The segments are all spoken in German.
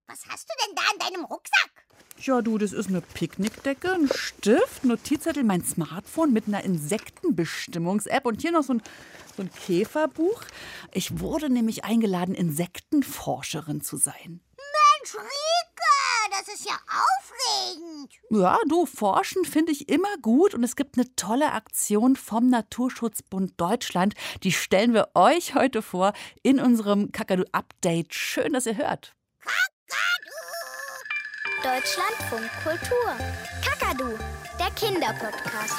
Was hast du denn da in deinem Rucksack? Ja, du, das ist eine Picknickdecke, ein Stift, Notizzettel, mein Smartphone mit einer Insektenbestimmungs-App und hier noch so ein Käferbuch. Ich wurde nämlich eingeladen, Insektenforscherin zu sein. Mensch, Rike, das ist ja aufregend. Ja, du, forschen finde ich immer gut und es gibt eine tolle Aktion vom Naturschutzbund Deutschland. Die stellen wir euch heute vor in unserem Kakadu-Update. Schön, dass ihr hört. Deutschlandfunk Kultur. Kakadu, der Kinderpodcast.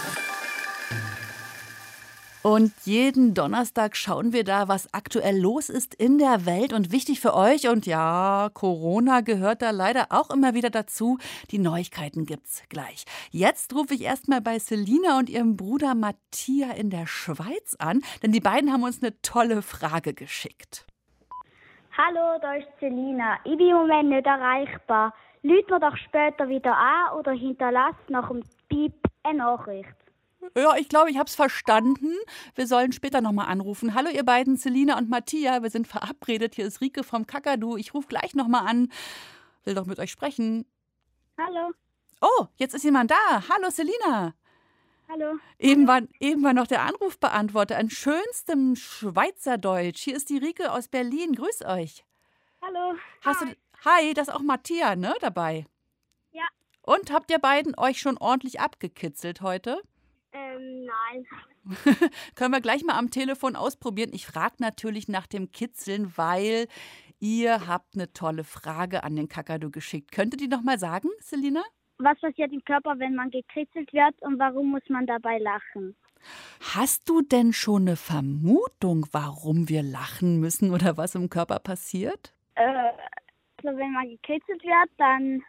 Und jeden Donnerstag schauen wir da, was aktuell los ist in der Welt und wichtig für euch. Und ja, Corona gehört da leider auch immer wieder dazu. Die Neuigkeiten gibt's gleich. Jetzt rufe ich erstmal bei Selina und ihrem Bruder Mattia in der Schweiz an, denn die beiden haben uns eine tolle Frage geschickt. Hallo, da ist Selina. Ich bin im Moment nicht erreichbar. Lüt mir doch später wieder an oder hinterlasst nach dem Piep eine Nachricht. Ja, ich glaube, ich habe es verstanden. Wir sollen später nochmal anrufen. Hallo ihr beiden, Selina und Mattia. Wir sind verabredet. Hier ist Rike vom Kakadu. Ich rufe gleich nochmal an. Will doch mit euch sprechen. Hallo. Oh, jetzt ist jemand da. Hallo Selina. Hallo. Eben war noch der Anrufbeantworter an schönstem Schweizerdeutsch. Hier ist die Rike aus Berlin. Grüß euch. Hallo. Hi, das ist auch Mattia, ne, dabei? Ja. Und habt ihr beiden euch schon ordentlich abgekitzelt heute? Nein. Können wir gleich mal am Telefon ausprobieren. Ich frage natürlich nach dem Kitzeln, weil ihr habt eine tolle Frage an den Kakadu geschickt. Könnt ihr die noch mal sagen, Selina? Was passiert im Körper, wenn man gekritzelt wird und warum muss man dabei lachen? Hast du denn schon eine Vermutung, warum wir lachen müssen oder was im Körper passiert? Also wenn man gekritzelt wird, dann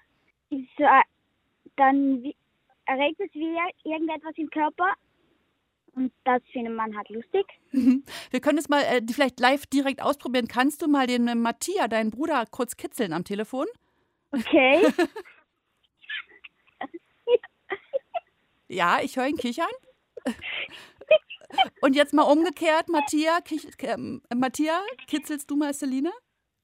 erregt es wie irgendetwas im Körper und das findet man halt lustig. Wir können es mal vielleicht live direkt ausprobieren. Kannst du mal den Mattia, deinen Bruder, kurz kitzeln am Telefon? Okay. Ja, ich höre ihn kichern. Und jetzt mal umgekehrt, Mattia, kitzelst du mal Selina?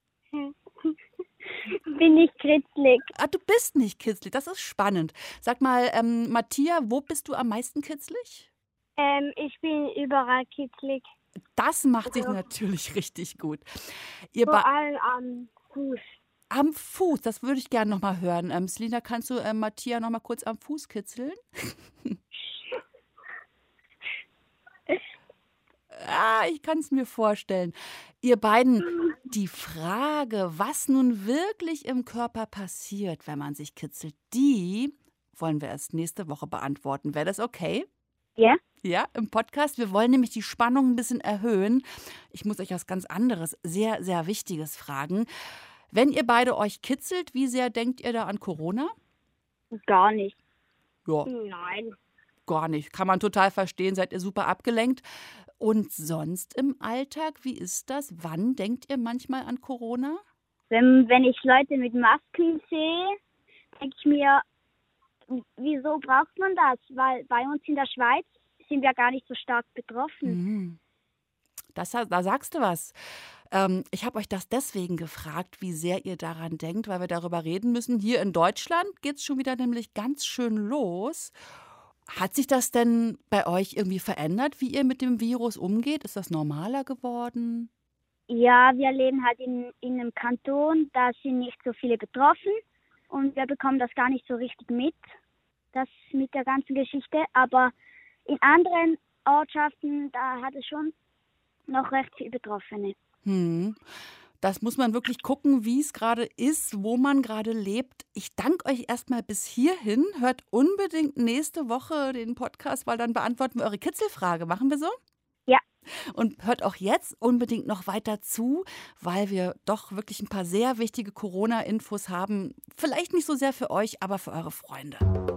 Bin ich kitzlig. Ah, du bist nicht kitzlig, das ist spannend. Sag mal, Mattia, wo bist du am meisten kitzlig? Ich bin überall kitzlig. Das macht sich natürlich richtig gut. Vor allem am Fuß. Am Fuß, das würde ich gerne noch mal hören. Selina, kannst du Mattia noch mal kurz am Fuß kitzeln? Ich kann es mir vorstellen. Ihr beiden, die Frage, was nun wirklich im Körper passiert, wenn man sich kitzelt, die wollen wir erst nächste Woche beantworten. Wäre das okay? Ja. Ja, im Podcast. Wir wollen nämlich die Spannung ein bisschen erhöhen. Ich muss euch was ganz anderes, sehr, sehr Wichtiges fragen. Wenn ihr beide euch kitzelt, wie sehr denkt ihr da an Corona? Gar nicht. Ja. Nein. Gar nicht. Kann man total verstehen, seid ihr super abgelenkt. Und sonst im Alltag, wie ist das? Wann denkt ihr manchmal an Corona? Wenn ich Leute mit Masken sehe, denke ich mir, wieso braucht man das? Weil bei uns in der Schweiz sind wir gar nicht so stark betroffen. Da sagst du was. Ich habe euch das deswegen gefragt, wie sehr ihr daran denkt, weil wir darüber reden müssen. Hier in Deutschland geht es schon wieder nämlich ganz schön los. Hat sich das denn bei euch irgendwie verändert, wie ihr mit dem Virus umgeht? Ist das normaler geworden? Ja, wir leben halt in einem Kanton, da sind nicht so viele betroffen und wir bekommen das gar nicht so richtig mit, das mit der ganzen Geschichte. Aber in anderen Ortschaften, da hat es schon noch recht viele Betroffene. Das muss man wirklich gucken, wie es gerade ist, wo man gerade lebt. Ich danke euch erstmal bis hierhin. Hört unbedingt nächste Woche den Podcast, weil dann beantworten wir eure Kitzelfrage. Machen wir so? Ja. Und hört auch jetzt unbedingt noch weiter zu, weil wir doch wirklich ein paar sehr wichtige Corona-Infos haben. Vielleicht nicht so sehr für euch, aber für eure Freunde.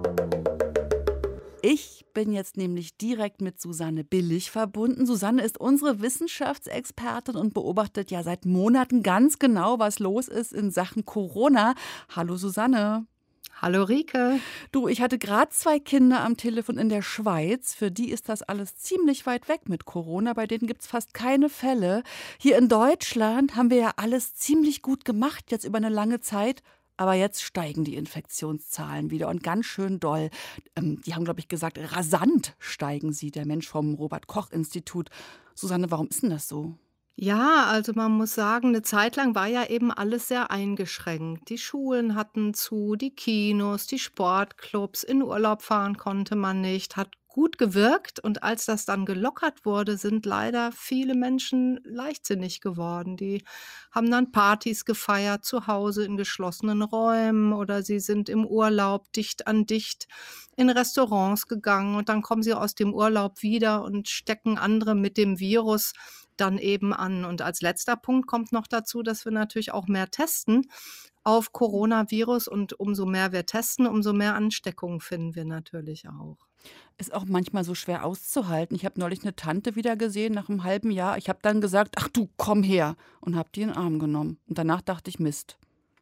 Ich bin jetzt nämlich direkt mit Susanne Billig verbunden. Susanne ist unsere Wissenschaftsexpertin und beobachtet ja seit Monaten ganz genau, was los ist in Sachen Corona. Hallo Susanne. Hallo Rike. Du, ich hatte gerade 2 Kinder am Telefon in der Schweiz. Für die ist das alles ziemlich weit weg mit Corona. Bei denen gibt es fast keine Fälle. Hier in Deutschland haben wir ja alles ziemlich gut gemacht, jetzt über eine lange Zeit. Aber jetzt steigen die Infektionszahlen wieder und ganz schön doll. Die haben, glaube ich, gesagt, rasant steigen sie, der Mensch vom Robert-Koch-Institut. Susanne, warum ist denn das so? Ja, also man muss sagen, eine Zeit lang war ja eben alles sehr eingeschränkt. Die Schulen hatten zu, die Kinos, die Sportclubs, in Urlaub fahren konnte man nicht, hat gut gewirkt. Und als das dann gelockert wurde, sind leider viele Menschen leichtsinnig geworden. Die haben dann Partys gefeiert zu Hause in geschlossenen Räumen oder sie sind im Urlaub dicht an dicht in Restaurants gegangen und dann kommen sie aus dem Urlaub wieder und stecken andere mit dem Virus dann eben an. Und als letzter Punkt kommt noch dazu, dass wir natürlich auch mehr testen auf Coronavirus und umso mehr wir testen, umso mehr Ansteckungen finden wir natürlich auch. Ist auch manchmal so schwer auszuhalten. Ich habe neulich eine Tante wieder gesehen nach einem halben Jahr. Ich habe dann gesagt, ach du, komm her und habe die in den Arm genommen. Und danach dachte ich, Mist.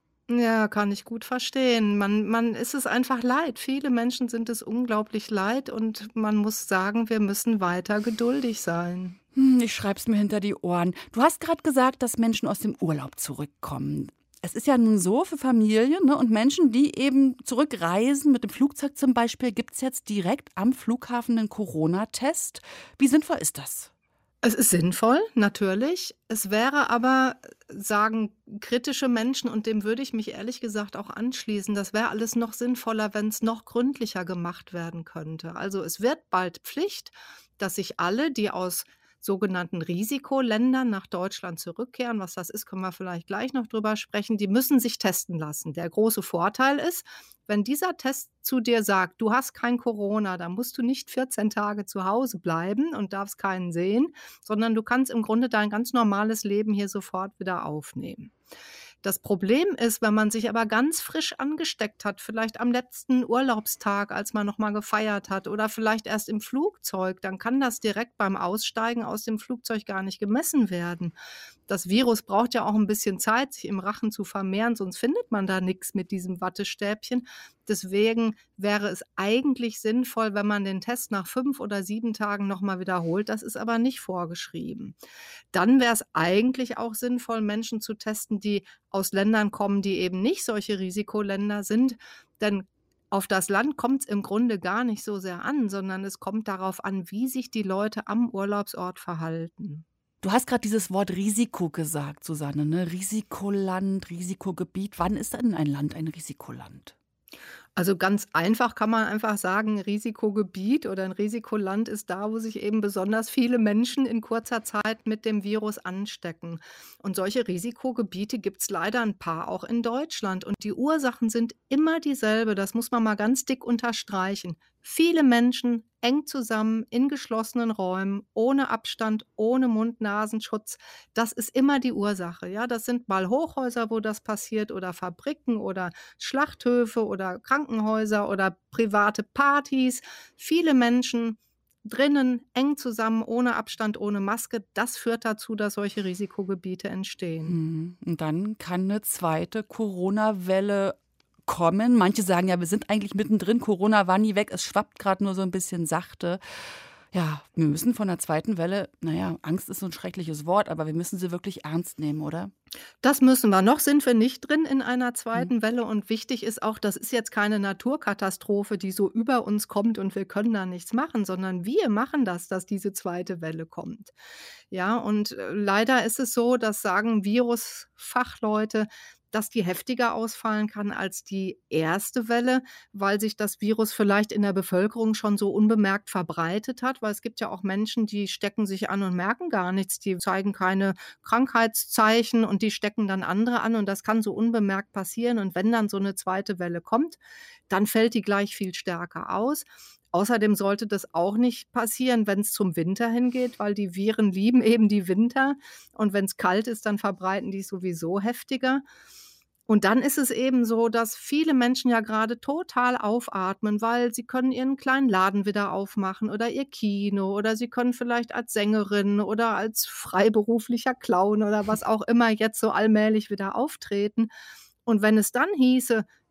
Ja, kann ich gut verstehen. Man ist es einfach leid. Viele Menschen sind es unglaublich leid und man muss sagen, wir müssen weiter geduldig sein. Ich schreib's mir hinter die Ohren. Du hast gerade gesagt, dass Menschen aus dem Urlaub zurückkommen. Es ist ja nun so für Familien, ne, und Menschen, die eben zurückreisen, mit dem Flugzeug zum Beispiel, gibt es jetzt direkt am Flughafen einen Corona-Test. Wie sinnvoll ist das? Es ist sinnvoll, natürlich. Es wäre aber, sagen kritische Menschen, und dem würde ich mich ehrlich gesagt auch anschließen, das wäre alles noch sinnvoller, wenn es noch gründlicher gemacht werden könnte. Also es wird bald Pflicht, dass sich alle, die aus sogenannten Risikoländern nach Deutschland zurückkehren, was das ist, können wir vielleicht gleich noch drüber sprechen, die müssen sich testen lassen. Der große Vorteil ist, wenn dieser Test zu dir sagt, du hast kein Corona, dann musst du nicht 14 Tage zu Hause bleiben und darfst keinen sehen, sondern du kannst im Grunde dein ganz normales Leben hier sofort wieder aufnehmen. Das Problem ist, wenn man sich aber ganz frisch angesteckt hat, vielleicht am letzten Urlaubstag, als man noch mal gefeiert hat oder vielleicht erst im Flugzeug, dann kann das direkt beim Aussteigen aus dem Flugzeug gar nicht gemessen werden. Das Virus braucht ja auch ein bisschen Zeit, sich im Rachen zu vermehren, sonst findet man da nichts mit diesem Wattestäbchen. Deswegen wäre es eigentlich sinnvoll, wenn man den Test nach 5 oder 7 Tagen noch mal wiederholt. Das ist aber nicht vorgeschrieben. Dann wäre es eigentlich auch sinnvoll, Menschen zu testen, die aus Ländern kommen, die eben nicht solche Risikoländer sind. Denn auf das Land kommt es im Grunde gar nicht so sehr an, sondern es kommt darauf an, wie sich die Leute am Urlaubsort verhalten. Du hast gerade dieses Wort Risiko gesagt, Susanne, ne? Risikoland, Risikogebiet. Wann ist denn ein Land ein Risikoland? Also ganz einfach kann man einfach sagen, ein Risikogebiet oder ein Risikoland ist da, wo sich eben besonders viele Menschen in kurzer Zeit mit dem Virus anstecken. Und solche Risikogebiete gibt es leider ein paar auch in Deutschland. Und die Ursachen sind immer dieselbe, das muss man mal ganz dick unterstreichen. Viele Menschen eng zusammen in geschlossenen Räumen, ohne Abstand, ohne Mund-Nasenschutz. Das ist immer die Ursache. Ja, das sind mal Hochhäuser, wo das passiert, oder Fabriken oder Schlachthöfe oder Krankenhäuser oder private Partys. Viele Menschen drinnen, eng zusammen, ohne Abstand, ohne Maske. Das führt dazu, dass solche Risikogebiete entstehen. Und dann kann eine zweite Corona-Welle kommen. Manche sagen ja, wir sind eigentlich mittendrin, Corona war nie weg, es schwappt gerade nur so ein bisschen sachte. Ja, wir müssen von der zweiten Welle, Angst ist so ein schreckliches Wort, aber wir müssen sie wirklich ernst nehmen, oder? Das müssen wir. Noch sind wir nicht drin in einer zweiten Welle und wichtig ist auch, das ist jetzt keine Naturkatastrophe, die so über uns kommt und wir können da nichts machen, sondern wir machen das, dass diese zweite Welle kommt. Ja, und leider ist es so, das sagen Virusfachleute, dass die heftiger ausfallen kann als die erste Welle, weil sich das Virus vielleicht in der Bevölkerung schon so unbemerkt verbreitet hat, weil es gibt ja auch Menschen, die stecken sich an und merken gar nichts, die zeigen keine Krankheitszeichen und die stecken dann andere an und das kann so unbemerkt passieren und wenn dann so eine zweite Welle kommt, dann fällt die gleich viel stärker aus. Außerdem sollte das auch nicht passieren, wenn es zum Winter hingeht, weil die Viren lieben eben die Winter und wenn es kalt ist, dann verbreiten die sowieso heftiger. Und dann ist es eben so, dass viele Menschen ja gerade total aufatmen, weil sie können ihren kleinen Laden wieder aufmachen oder ihr Kino oder sie können vielleicht als Sängerin oder als freiberuflicher Clown oder was auch immer jetzt so allmählich wieder auftreten. Und wenn es dann hieße,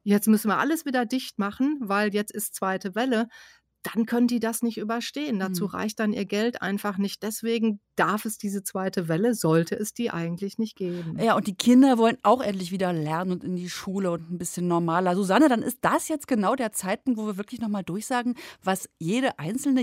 jetzt müssen wir alles wieder dicht machen, weil jetzt ist zweite Welle, dann können die das nicht überstehen. Dazu reicht dann ihr Geld einfach nicht. Deswegen darf es diese zweite Welle, sollte es die eigentlich nicht geben. Ja, und die Kinder wollen auch endlich wieder lernen und in die Schule und ein bisschen normaler. Susanne, dann ist das jetzt genau der Zeitpunkt, wo wir wirklich nochmal durchsagen, was jeder Einzelne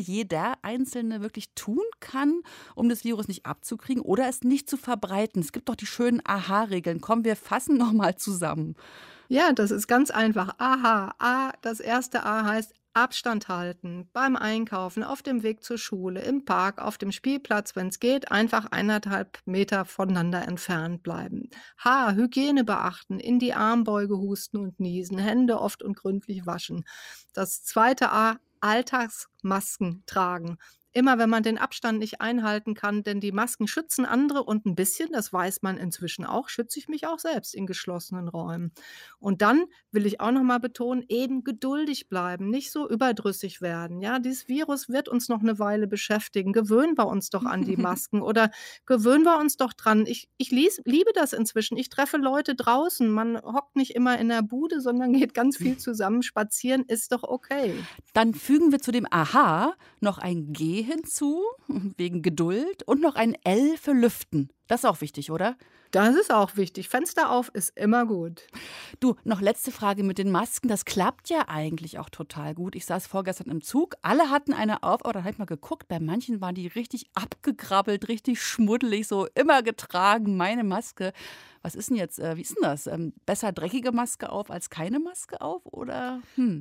wirklich tun kann, um das Virus nicht abzukriegen oder es nicht zu verbreiten. Es gibt doch die schönen Aha-Regeln. Komm, wir fassen nochmal zusammen. Ja, das ist ganz einfach. Aha, das erste A heißt Abstand halten. Beim Einkaufen, auf dem Weg zur Schule, im Park, auf dem Spielplatz, wenn es geht, einfach 1,5 Meter voneinander entfernt bleiben. H, Hygiene beachten, in die Armbeuge husten und niesen, Hände oft und gründlich waschen. Das zweite A, Alltagsmasken tragen. Immer wenn man den Abstand nicht einhalten kann, denn die Masken schützen andere und ein bisschen, das weiß man inzwischen auch, schütze ich mich auch selbst in geschlossenen Räumen. Und dann will ich auch noch mal betonen, eben geduldig bleiben, nicht so überdrüssig werden. Ja, dieses Virus wird uns noch eine Weile beschäftigen. Gewöhnen wir uns doch an die Masken oder gewöhnen wir uns doch dran. Ich liebe das inzwischen. Ich treffe Leute draußen. Man hockt nicht immer in der Bude, sondern geht ganz viel zusammen spazieren. Ist doch okay. Dann fügen wir zu dem Aha noch ein G hinzu, wegen Geduld, und noch ein L für Lüften. Das ist auch wichtig, oder? Das ist auch wichtig. Fenster auf ist immer gut. Du, noch letzte Frage mit den Masken. Das klappt ja eigentlich auch total gut. Ich saß vorgestern im Zug, alle hatten eine auf, aber dann habe ich mal geguckt, bei manchen waren die richtig abgekrabbelt, richtig schmuddelig, so immer getragen, meine Maske. Was ist denn jetzt, wie ist denn das? Besser dreckige Maske auf als keine Maske auf, oder?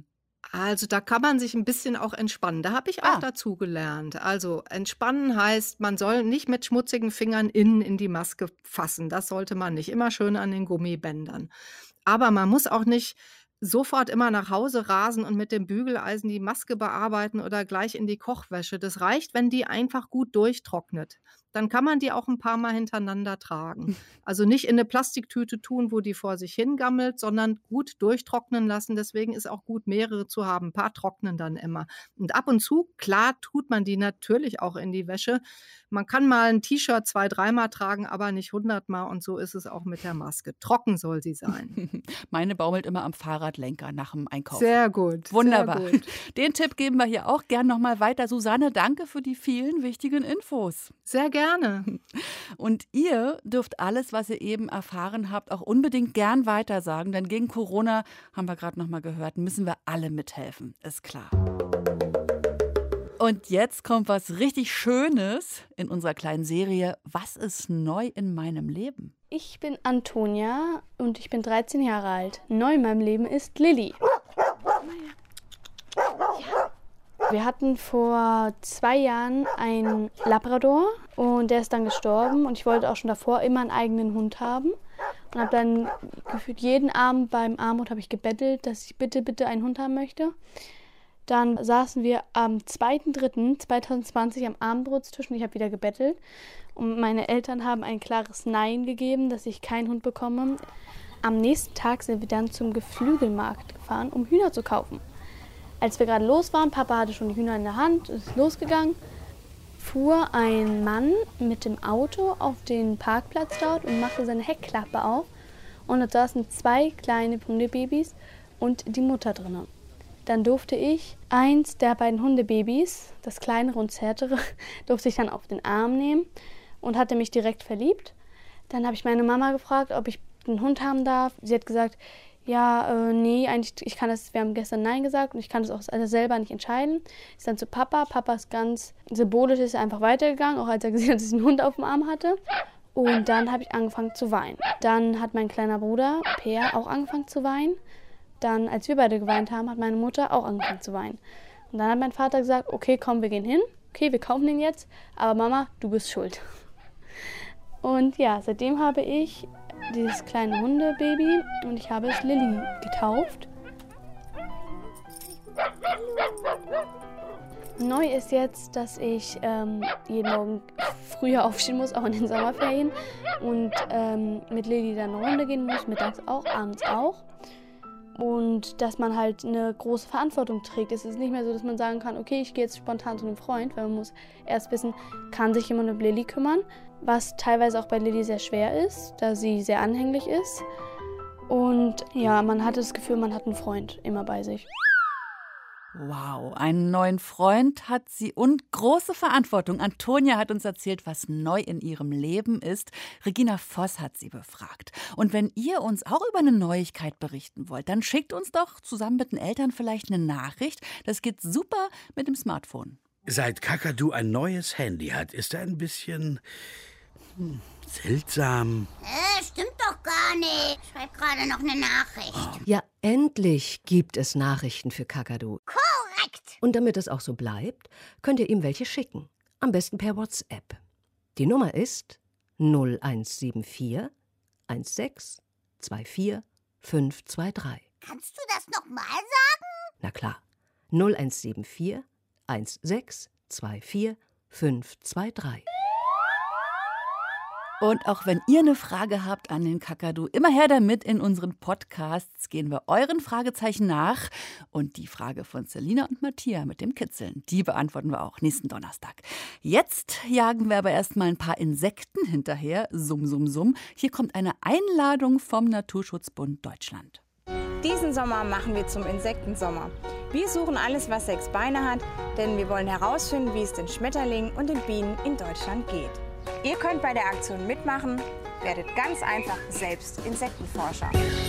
Also da kann man sich ein bisschen auch entspannen. Da habe ich auch dazu gelernt. Also entspannen heißt, man soll nicht mit schmutzigen Fingern innen in die Maske fassen. Das sollte man nicht. Immer schön an den Gummibändern. Aber man muss auch nicht sofort immer nach Hause rasen und mit dem Bügeleisen die Maske bearbeiten oder gleich in die Kochwäsche. Das reicht, wenn die einfach gut durchtrocknet. Dann kann man die auch ein paar Mal hintereinander tragen. Also nicht in eine Plastiktüte tun, wo die vor sich hingammelt, sondern gut durchtrocknen lassen. Deswegen ist auch gut, mehrere zu haben. Ein paar trocknen dann immer. Und ab und zu, klar, tut man die natürlich auch in die Wäsche. Man kann mal ein T-Shirt 2-3 Mal tragen, aber nicht 100 Mal. Und so ist es auch mit der Maske. Trocken soll sie sein. Meine baumelt immer am Fahrradlenker nach dem Einkauf. Sehr gut. Wunderbar. Sehr gut. Den Tipp geben wir hier auch gern nochmal weiter. Susanne, danke für die vielen wichtigen Infos. Sehr gerne. Und ihr dürft alles, was ihr eben erfahren habt, auch unbedingt gern weitersagen. Denn gegen Corona, haben wir gerade nochmal gehört, müssen wir alle mithelfen. Ist klar. Und jetzt kommt was richtig Schönes in unserer kleinen Serie Was ist neu in meinem Leben? Ich bin Antonia und ich bin 13 Jahre alt. Neu in meinem Leben ist Lilly. Wir hatten vor 2 Jahren einen Labrador und der ist dann gestorben. Und ich wollte auch schon davor immer einen eigenen Hund haben. Und habe dann gefühlt jeden Abend beim Armut habe ich gebettelt, dass ich bitte einen Hund haben möchte. Dann saßen wir am 2.3.2020 am Abendbrotstisch und ich habe wieder gebettelt. Und meine Eltern haben ein klares Nein gegeben, dass ich keinen Hund bekomme. Am nächsten Tag sind wir dann zum Geflügelmarkt gefahren, um Hühner zu kaufen. Als wir gerade los waren, Papa hatte schon die Hühner in der Hand, ist losgegangen, fuhr ein Mann mit dem Auto auf den Parkplatz dort und machte seine Heckklappe auf. Und dort saßen 2 kleine Hundebabys und die Mutter drin. Dann durfte ich eins der beiden Hundebabys, das kleinere und zärtere, durfte ich dann auf den Arm nehmen und hatte mich direkt verliebt. Dann habe ich meine Mama gefragt, ob ich einen Hund haben darf. Sie hat gesagt, ja, nee, eigentlich, ich kann das, wir haben gestern Nein gesagt und ich kann das auch selber nicht entscheiden. Ist dann zu Papa. Papa ist ganz symbolisch, ist einfach weitergegangen, auch als er gesehen hat, dass ich einen Hund auf dem Arm hatte. Und dann habe ich angefangen zu weinen. Dann hat mein kleiner Bruder, Per, auch angefangen zu weinen. Dann, als wir beide geweint haben, hat meine Mutter auch angefangen zu weinen. Und dann hat mein Vater gesagt, okay, komm, wir gehen hin. Okay, wir kaufen den jetzt, aber Mama, du bist schuld. Und ja, seitdem habe ich dieses kleine Hundebaby und ich habe es Lilly getauft. Neu ist jetzt, dass ich jeden Morgen früher aufstehen muss, auch in den Sommerferien. Und mit Lilly dann eine Runde gehen muss, mittags auch, abends auch. Und dass man halt eine große Verantwortung trägt. Es ist nicht mehr so, dass man sagen kann, okay, ich gehe jetzt spontan zu einem Freund, weil man muss erst wissen, kann sich jemand um Lilly kümmern, was teilweise auch bei Lilly sehr schwer ist, da sie sehr anhänglich ist. Und ja, man hatte das Gefühl, man hat einen Freund immer bei sich. Wow, einen neuen Freund hat sie und große Verantwortung. Antonia hat uns erzählt, was neu in ihrem Leben ist. Regina Voss hat sie befragt. Und wenn ihr uns auch über eine Neuigkeit berichten wollt, dann schickt uns doch zusammen mit den Eltern vielleicht eine Nachricht. Das geht super mit dem Smartphone. Seit Kakadu ein neues Handy hat, ist er ein bisschen seltsam. Stimmt doch gar nicht. Ich schreib gerade noch eine Nachricht. Ja, endlich gibt es Nachrichten für Kakadu. Korrekt. Und damit es auch so bleibt, könnt ihr ihm welche schicken. Am besten per WhatsApp. Die Nummer ist 0174 16 24 523. Kannst du das nochmal sagen? Na klar. 0174 16 24 523. Und auch wenn ihr eine Frage habt an den Kakadu, immer her damit. In unseren Podcasts gehen wir euren Fragezeichen nach. Und die Frage von Selina und Matthias mit dem Kitzeln, die beantworten wir auch nächsten Donnerstag. Jetzt jagen wir aber erstmal ein paar Insekten hinterher. Summ, summ, summ. Hier kommt eine Einladung vom Naturschutzbund Deutschland. Diesen Sommer machen wir zum Insektensommer. Wir suchen alles, was 6 Beine hat, denn wir wollen herausfinden, wie es den Schmetterlingen und den Bienen in Deutschland geht. Ihr könnt bei der Aktion mitmachen, werdet ganz einfach selbst Insektenforscher.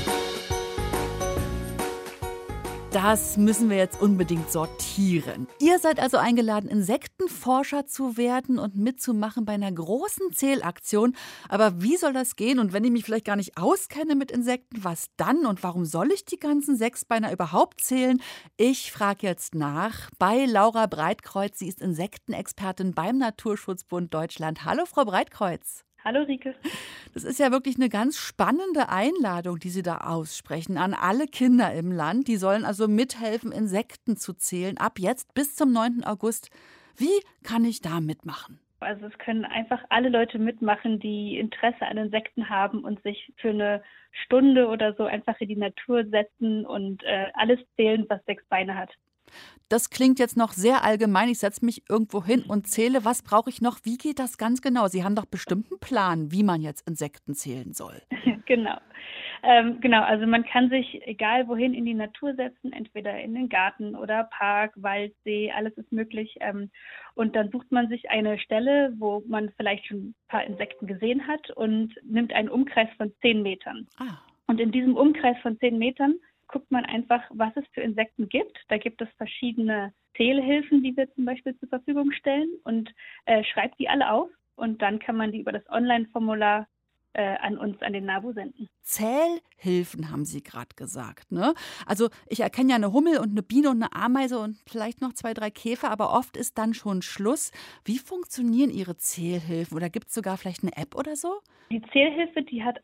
Das müssen wir jetzt unbedingt sortieren. Ihr seid also eingeladen, Insektenforscher zu werden und mitzumachen bei einer großen Zählaktion. Aber wie soll das gehen? Und wenn ich mich vielleicht gar nicht auskenne mit Insekten, was dann? Und warum soll ich die ganzen Sechsbeiner überhaupt zählen? Ich frage jetzt nach bei Laura Breitkreuz. Sie ist Insektenexpertin beim Naturschutzbund Deutschland. Hallo, Frau Breitkreuz. Hallo Rike. Das ist ja wirklich eine ganz spannende Einladung, die Sie da aussprechen an alle Kinder im Land. Die sollen also mithelfen, Insekten zu zählen, ab jetzt bis zum 9. August. Wie kann ich da mitmachen? Also es können einfach alle Leute mitmachen, die Interesse an Insekten haben und sich für eine Stunde oder so einfach in die Natur setzen und alles zählen, was 6 Beine hat. Das klingt jetzt noch sehr allgemein. Ich setze mich irgendwo hin und zähle. Was brauche ich noch? Wie geht das ganz genau? Sie haben doch bestimmt einen Plan, wie man jetzt Insekten zählen soll. Genau. Also man kann sich egal wohin in die Natur setzen, entweder in den Garten oder Park, Wald, See, alles ist möglich. Und dann sucht man sich eine Stelle, wo man vielleicht schon ein paar Insekten gesehen hat und nimmt einen Umkreis von 10 Metern. Und in diesem Umkreis von 10 Metern guckt man einfach, was es für Insekten gibt. Da gibt es verschiedene Zählhilfen, die wir zum Beispiel zur Verfügung stellen und schreibt die alle auf und dann kann man die über das Online-Formular an uns, an den NABU senden. Zählhilfen haben Sie gerade gesagt, ne? Also ich erkenne ja eine Hummel und eine Biene und eine Ameise und vielleicht noch 2, 3 Käfer, aber oft ist dann schon Schluss. Wie funktionieren Ihre Zählhilfen? Oder gibt es sogar vielleicht eine App oder so? Die Zählhilfe, die hat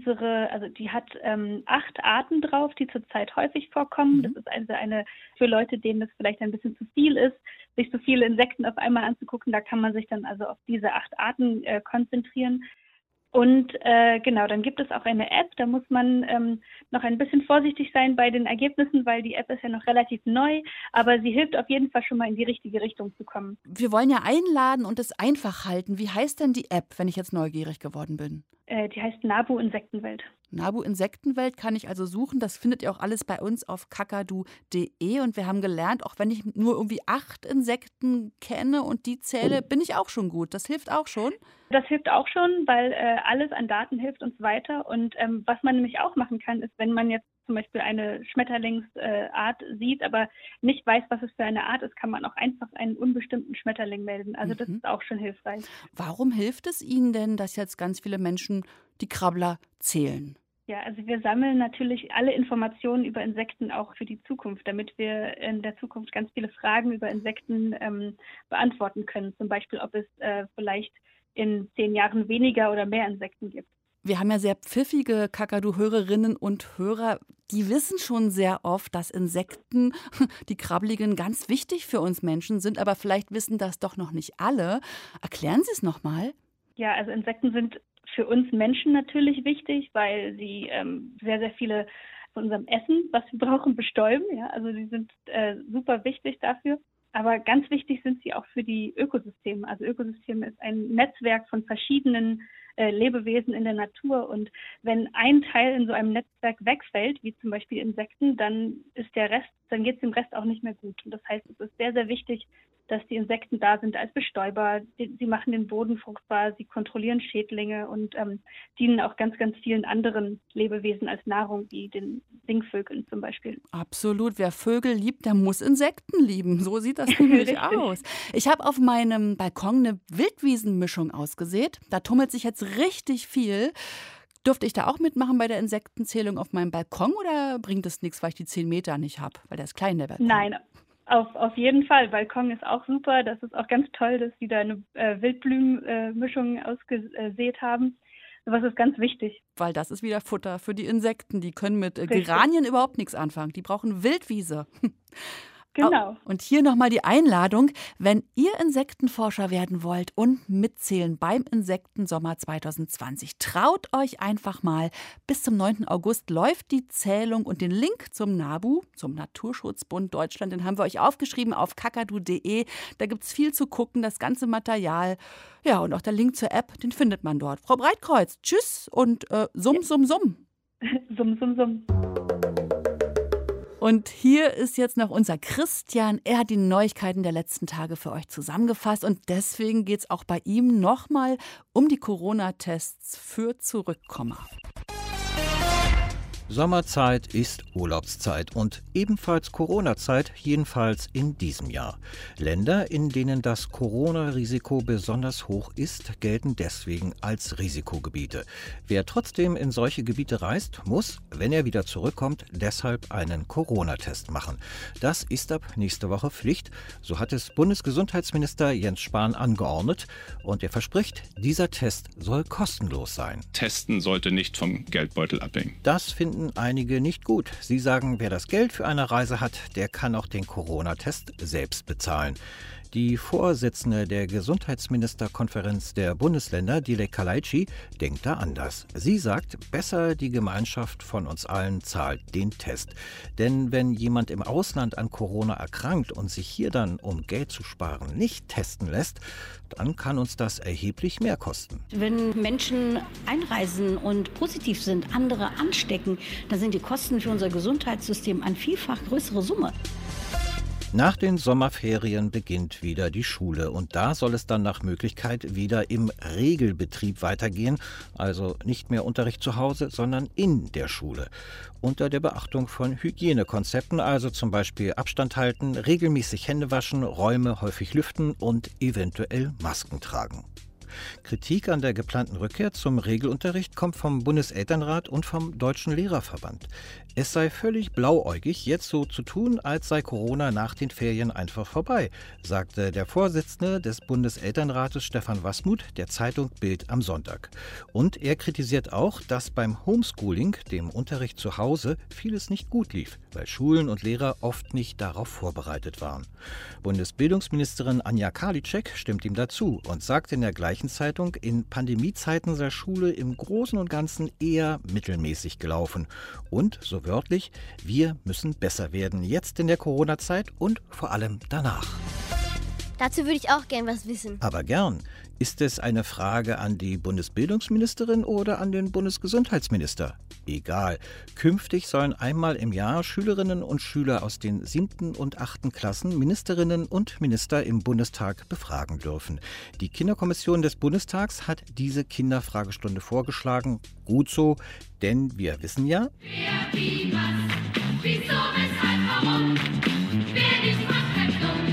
8 Arten drauf, die zurzeit häufig vorkommen. Das ist also eine für Leute, denen es vielleicht ein bisschen zu viel ist, sich so viele Insekten auf einmal anzugucken. Da kann man sich dann also auf diese 8 Arten konzentrieren. Und dann gibt es auch eine App, da muss man noch ein bisschen vorsichtig sein bei den Ergebnissen, weil die App ist ja noch relativ neu, aber sie hilft auf jeden Fall schon mal in die richtige Richtung zu kommen. Wir wollen ja einladen und es einfach halten. Wie heißt denn die App, wenn ich jetzt neugierig geworden bin? Die heißt NABU Insektenwelt. NABU Insektenwelt kann ich also suchen. Das findet ihr auch alles bei uns auf kakadu.de. Und wir haben gelernt, auch wenn ich nur irgendwie 8 Insekten kenne und die zähle, bin ich auch schon gut. Das hilft auch schon? Das hilft auch schon, weil alles an Daten hilft uns weiter. Und was man nämlich auch machen kann, ist, wenn man jetzt zum Beispiel eine Schmetterlingsart sieht, aber nicht weiß, was es für eine Art ist, kann man auch einfach einen unbestimmten Schmetterling melden. Also das ist auch schon hilfreich. Warum hilft es Ihnen denn, dass jetzt ganz viele Menschen die Krabbler zählen? Ja, also wir sammeln natürlich alle Informationen über Insekten auch für die Zukunft, damit wir in der Zukunft ganz viele Fragen über Insekten beantworten können. Zum Beispiel, ob es vielleicht in 10 Jahren weniger oder mehr Insekten gibt. Wir haben ja sehr pfiffige Kakadu-Hörerinnen und Hörer, die wissen schon sehr oft, dass Insekten, die Krabbligen, ganz wichtig für uns Menschen sind, aber vielleicht wissen das doch noch nicht alle. Erklären Sie es nochmal. Ja, also Insekten sind für uns Menschen natürlich wichtig, weil sie sehr, sehr viele von unserem Essen, was wir brauchen, bestäuben. Ja, also sie sind super wichtig dafür. Aber ganz wichtig sind sie auch für die Ökosysteme. Also Ökosysteme ist ein Netzwerk von verschiedenen Lebewesen in der Natur. Und wenn ein Teil in so einem Netzwerk wegfällt, wie zum Beispiel Insekten, dann geht es dem Rest auch nicht mehr gut. Und das heißt, es ist sehr, sehr wichtig, dass die Insekten da sind als Bestäuber. Sie machen den Boden fruchtbar, sie kontrollieren Schädlinge und dienen auch ganz, ganz vielen anderen Lebewesen als Nahrung, wie den Singvögeln zum Beispiel. Absolut. Wer Vögel liebt, der muss Insekten lieben. So sieht das nämlich aus. Ich habe auf meinem Balkon eine Wildwiesenmischung ausgesät. Da tummelt sich jetzt richtig viel. Durfte ich da auch mitmachen bei der Insektenzählung auf meinem Balkon oder bringt es nichts, weil ich die 10 Meter nicht habe, weil der ist klein, der Balkon? Nein, auf jeden Fall. Balkon ist auch super. Das ist auch ganz toll, dass Sie da eine Wildblumenmischung ausgesät haben. Sowas ist ganz wichtig. Weil das ist wieder Futter für die Insekten. Die können mit Geranien überhaupt nichts anfangen. Die brauchen Wildwiese. Genau. Und hier nochmal die Einladung, wenn ihr Insektenforscher werden wollt und mitzählen beim Insektensommer 2020. Traut euch einfach mal. Bis zum 9. August läuft die Zählung und den Link zum NABU, zum Naturschutzbund Deutschland, den haben wir euch aufgeschrieben auf kakadu.de. Da gibt es viel zu gucken, das ganze Material. Ja, und auch der Link zur App, den findet man dort. Frau Breitkreuz, tschüss und summ, summ, summ. Summ, summ, summ. Und hier ist jetzt noch unser Christian. Er hat die Neuigkeiten der letzten Tage für euch zusammengefasst. Und deswegen geht es auch bei ihm nochmal um die Corona-Tests für Zurückkommer. Sommerzeit ist Urlaubszeit und ebenfalls Corona-Zeit, jedenfalls in diesem Jahr. Länder, in denen das Corona-Risiko besonders hoch ist, gelten deswegen als Risikogebiete. Wer trotzdem in solche Gebiete reist, muss, wenn er wieder zurückkommt, deshalb einen Corona-Test machen. Das ist ab nächste Woche Pflicht, so hat es Bundesgesundheitsminister Jens Spahn angeordnet. Und er verspricht, dieser Test soll kostenlos sein. Testen sollte nicht vom Geldbeutel abhängen. Das finden einige nicht gut. Sie sagen, wer das Geld für eine Reise hat, der kann auch den Corona-Test selbst bezahlen. Die Vorsitzende der Gesundheitsministerkonferenz der Bundesländer, Dilek Kalaitschi, denkt da anders. Sie sagt, besser die Gemeinschaft von uns allen zahlt den Test. Denn wenn jemand im Ausland an Corona erkrankt und sich hier dann, um Geld zu sparen, nicht testen lässt, dann kann uns das erheblich mehr kosten. Wenn Menschen einreisen und positiv sind, andere anstecken, dann sind die Kosten für unser Gesundheitssystem eine vielfach größere Summe. Nach den Sommerferien beginnt wieder die Schule und da soll es dann nach Möglichkeit wieder im Regelbetrieb weitergehen, also nicht mehr Unterricht zu Hause, sondern in der Schule. Unter der Beachtung von Hygienekonzepten, also zum Beispiel Abstand halten, regelmäßig Hände waschen, Räume häufig lüften und eventuell Masken tragen. Kritik an der geplanten Rückkehr zum Regelunterricht kommt vom Bundeselternrat und vom Deutschen Lehrerverband. Es sei völlig blauäugig, jetzt so zu tun, als sei Corona nach den Ferien einfach vorbei, sagte der Vorsitzende des Bundeselternrates Stefan Wasmuth der Zeitung Bild am Sonntag. Und er kritisiert auch, dass beim Homeschooling, dem Unterricht zu Hause, vieles nicht gut lief, weil Schulen und Lehrer oft nicht darauf vorbereitet waren. Bundesbildungsministerin Anja Karliczek stimmt ihm dazu und sagt in der gleichen Zeitung, in Pandemiezeiten sei Schule im Großen und Ganzen eher mittelmäßig gelaufen. Und, so wörtlich, wir müssen besser werden, jetzt in der Corona-Zeit und vor allem danach. Dazu würde ich auch gern was wissen. Aber gern. Ist es eine Frage an die Bundesbildungsministerin oder an den Bundesgesundheitsminister? Egal. Künftig sollen einmal im Jahr Schülerinnen und Schüler aus den 7. und 8. Klassen Ministerinnen und Minister im Bundestag befragen dürfen. Die Kinderkommission des Bundestags hat diese Kinderfragestunde vorgeschlagen. Gut so, denn wir wissen ja... Wer, wie, was, wieso, weshalb, warum, wer nicht macht, bleibt dumm.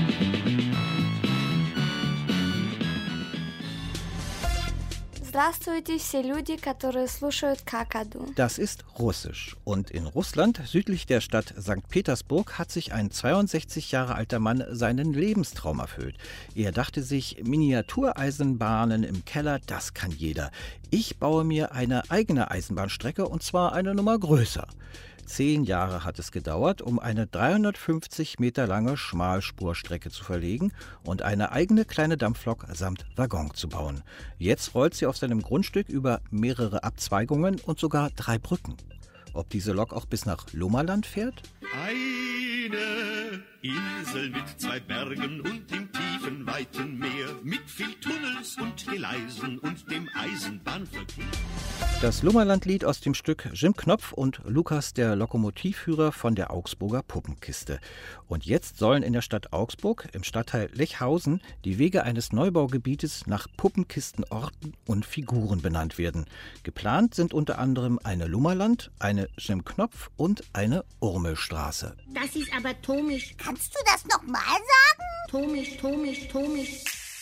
Здравствуйте, все люди, которые слушают Kakadu. Das ist Russisch. Und in Russland, südlich der Stadt St. Petersburg, hat sich ein 62 Jahre alter Mann seinen Lebenstraum erfüllt. Er dachte sich, Miniatureisenbahnen im Keller, das kann jeder. Ich baue mir eine eigene Eisenbahnstrecke und zwar eine Nummer größer. 10 Jahre hat es gedauert, um eine 350 Meter lange Schmalspurstrecke zu verlegen und eine eigene kleine Dampflok samt Waggon zu bauen. Jetzt rollt sie auf seinem Grundstück über mehrere Abzweigungen und sogar 3 Brücken. Ob diese Lok auch bis nach Lomaland fährt? Eine Insel mit 2 Bergen und dem tiefen, weiten Meer, mit viel Tunnels und Gleisen und dem Eisenbahnverkehr. Das Lummerland-Lied aus dem Stück Jim Knopf und Lukas, der Lokomotivführer von der Augsburger Puppenkiste. Und jetzt sollen in der Stadt Augsburg, im Stadtteil Lechhausen, die Wege eines Neubaugebietes nach Puppenkistenorten und Figuren benannt werden. Geplant sind unter anderem eine Lummerland, eine Jim Knopf und eine Urmelstraße. Das ist aber komisch. Kannst du das nochmal sagen? Komisch.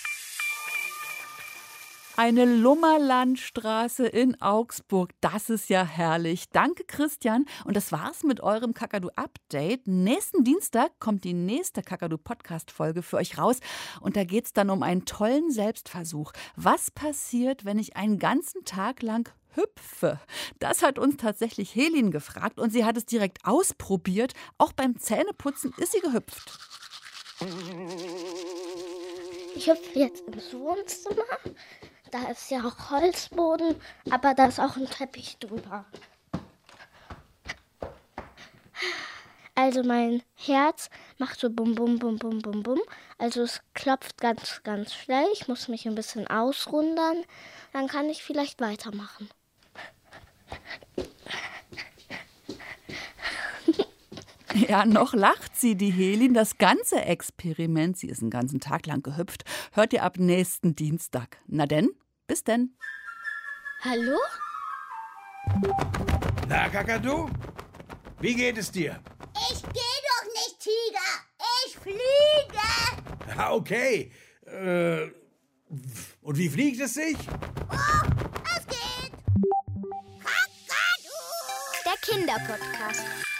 Eine Lummerlandstraße in Augsburg, das ist ja herrlich. Danke, Christian. Und das war's mit eurem Kakadu-Update. Nächsten Dienstag kommt die nächste Kakadu-Podcast-Folge für euch raus. Und da geht's dann um einen tollen Selbstversuch. Was passiert, wenn ich einen ganzen Tag lang hüpfe? Das hat uns tatsächlich Helin gefragt und sie hat es direkt ausprobiert. Auch beim Zähneputzen ist sie gehüpft. Ich hüpfe jetzt ins Wohnzimmer. Da ist ja auch Holzboden, aber da ist auch ein Teppich drüber. Also mein Herz macht so bum, bum, bum, bum, bum, bum. Also es klopft ganz, ganz schnell. Ich muss mich ein bisschen ausrundern. Dann kann ich vielleicht weitermachen. Ja, noch lacht sie, die Helin. Das ganze Experiment, sie ist einen ganzen Tag lang gehüpft, hört ihr ab nächsten Dienstag. Na denn, bis denn. Hallo? Na, Kakadu? Wie geht es dir? Ich geh doch nicht, Tiger. Ich fliege. Ah, okay. Und wie fliegt es sich? Oh, es geht. Kakadu. Der Kinderpodcast.